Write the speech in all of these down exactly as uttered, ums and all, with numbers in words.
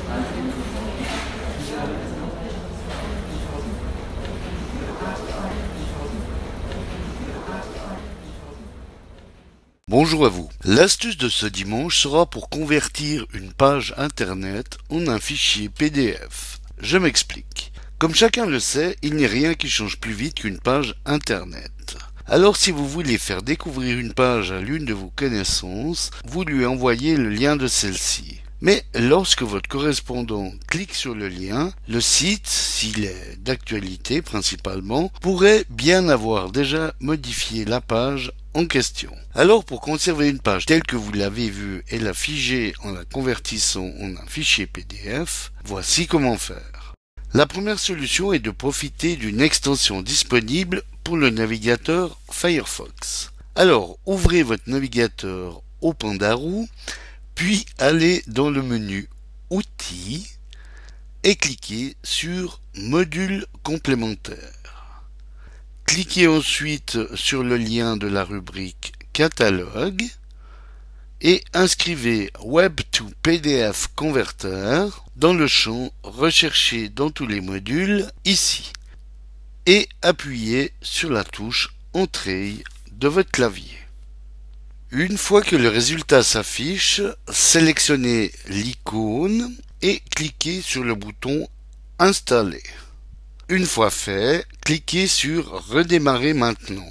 Bonjour à vous. L'astuce de ce dimanche sera pour convertir une page internet en un fichier P D F. Je m'explique. Comme chacun le sait, il n'y a rien qui change plus vite qu'une page internet. Alors si vous voulez faire découvrir une page à l'une de vos connaissances, vous lui envoyez le lien de celle-ci. Mais lorsque votre correspondant clique sur le lien, le site, s'il est d'actualité principalement, pourrait bien avoir déjà modifié la page en question. Alors pour conserver une page telle que vous l'avez vue et la figer en la convertissant en un fichier P D F, voici comment faire. La première solution est de profiter d'une extension disponible pour le navigateur Firefox. Alors ouvrez votre navigateur au Pandarou, puis allez dans le menu Outils et cliquez sur Modules complémentaires. Cliquez ensuite sur le lien de la rubrique Catalogue et inscrivez Web to P D F Converter dans le champ Rechercher dans tous les modules ici et appuyez sur la touche Entrée de votre clavier. Une fois que le résultat s'affiche, sélectionnez l'icône et cliquez sur le bouton Installer. Une fois fait, cliquez sur Redémarrer maintenant.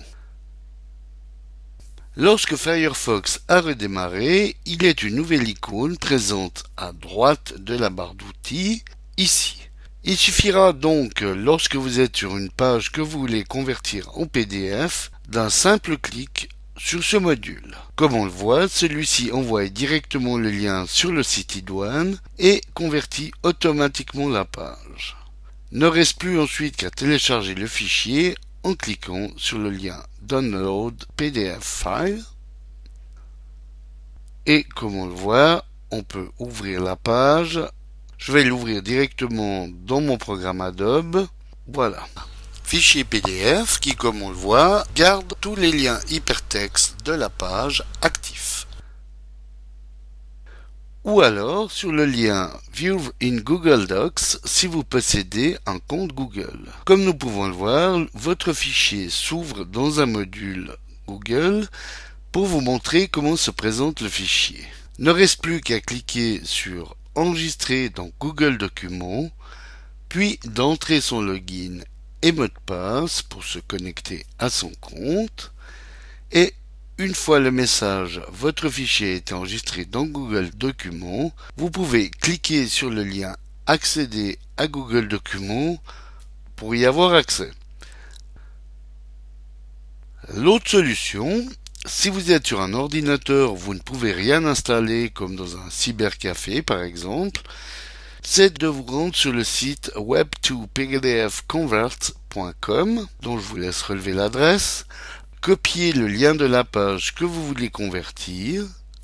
Lorsque Firefox a redémarré, il y a une nouvelle icône présente à droite de la barre d'outils, ici. Il suffira donc, lorsque vous êtes sur une page que vous voulez convertir en P D F, d'un simple clic sur ce module. Comme on le voit, celui-ci envoie directement le lien sur le site iDouane et convertit automatiquement la page. Ne reste plus ensuite qu'à télécharger le fichier en cliquant sur le lien Download P D F File. Et comme on le voit, on peut ouvrir la page. Je vais l'ouvrir directement dans mon programme Adobe. Voilà. Fichier P D F qui, comme on le voit, garde tous les liens hypertextes de la page actifs. Ou alors sur le lien View in Google Docs si vous possédez un compte Google. Comme nous pouvons le voir, votre fichier s'ouvre dans un module Google pour vous montrer comment se présente le fichier. Ne reste plus qu'à cliquer sur Enregistrer dans Google Documents, puis d'entrer son login et mot de passe pour se connecter à son compte. Et une fois le message « Votre fichier a été enregistré dans Google Documents », vous pouvez cliquer sur le lien « Accéder à Google Documents » pour y avoir accès. L'autre solution, si vous êtes sur un ordinateur, vous ne pouvez rien installer comme dans un cybercafé par exemple, c'est de vous rendre sur le site web to p d f convert point com, dont je vous laisse relever l'adresse, copier le lien de la page que vous voulez convertir,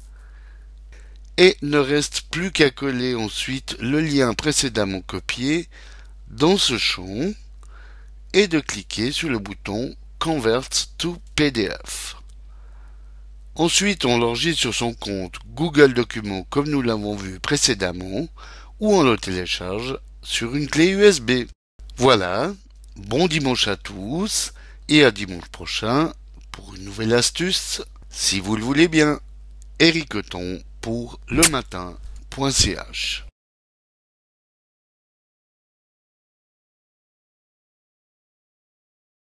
et ne reste plus qu'à coller ensuite le lien précédemment copié dans ce champ, et de cliquer sur le bouton Convert to P D F. Ensuite, on l'enregistre sur son compte Google Documents comme nous l'avons vu précédemment, ou on le télécharge sur une clé U S B. Voilà, bon dimanche à tous, et à dimanche prochain pour une nouvelle astuce, si vous le voulez bien. Éric Othon pour le matin point c h.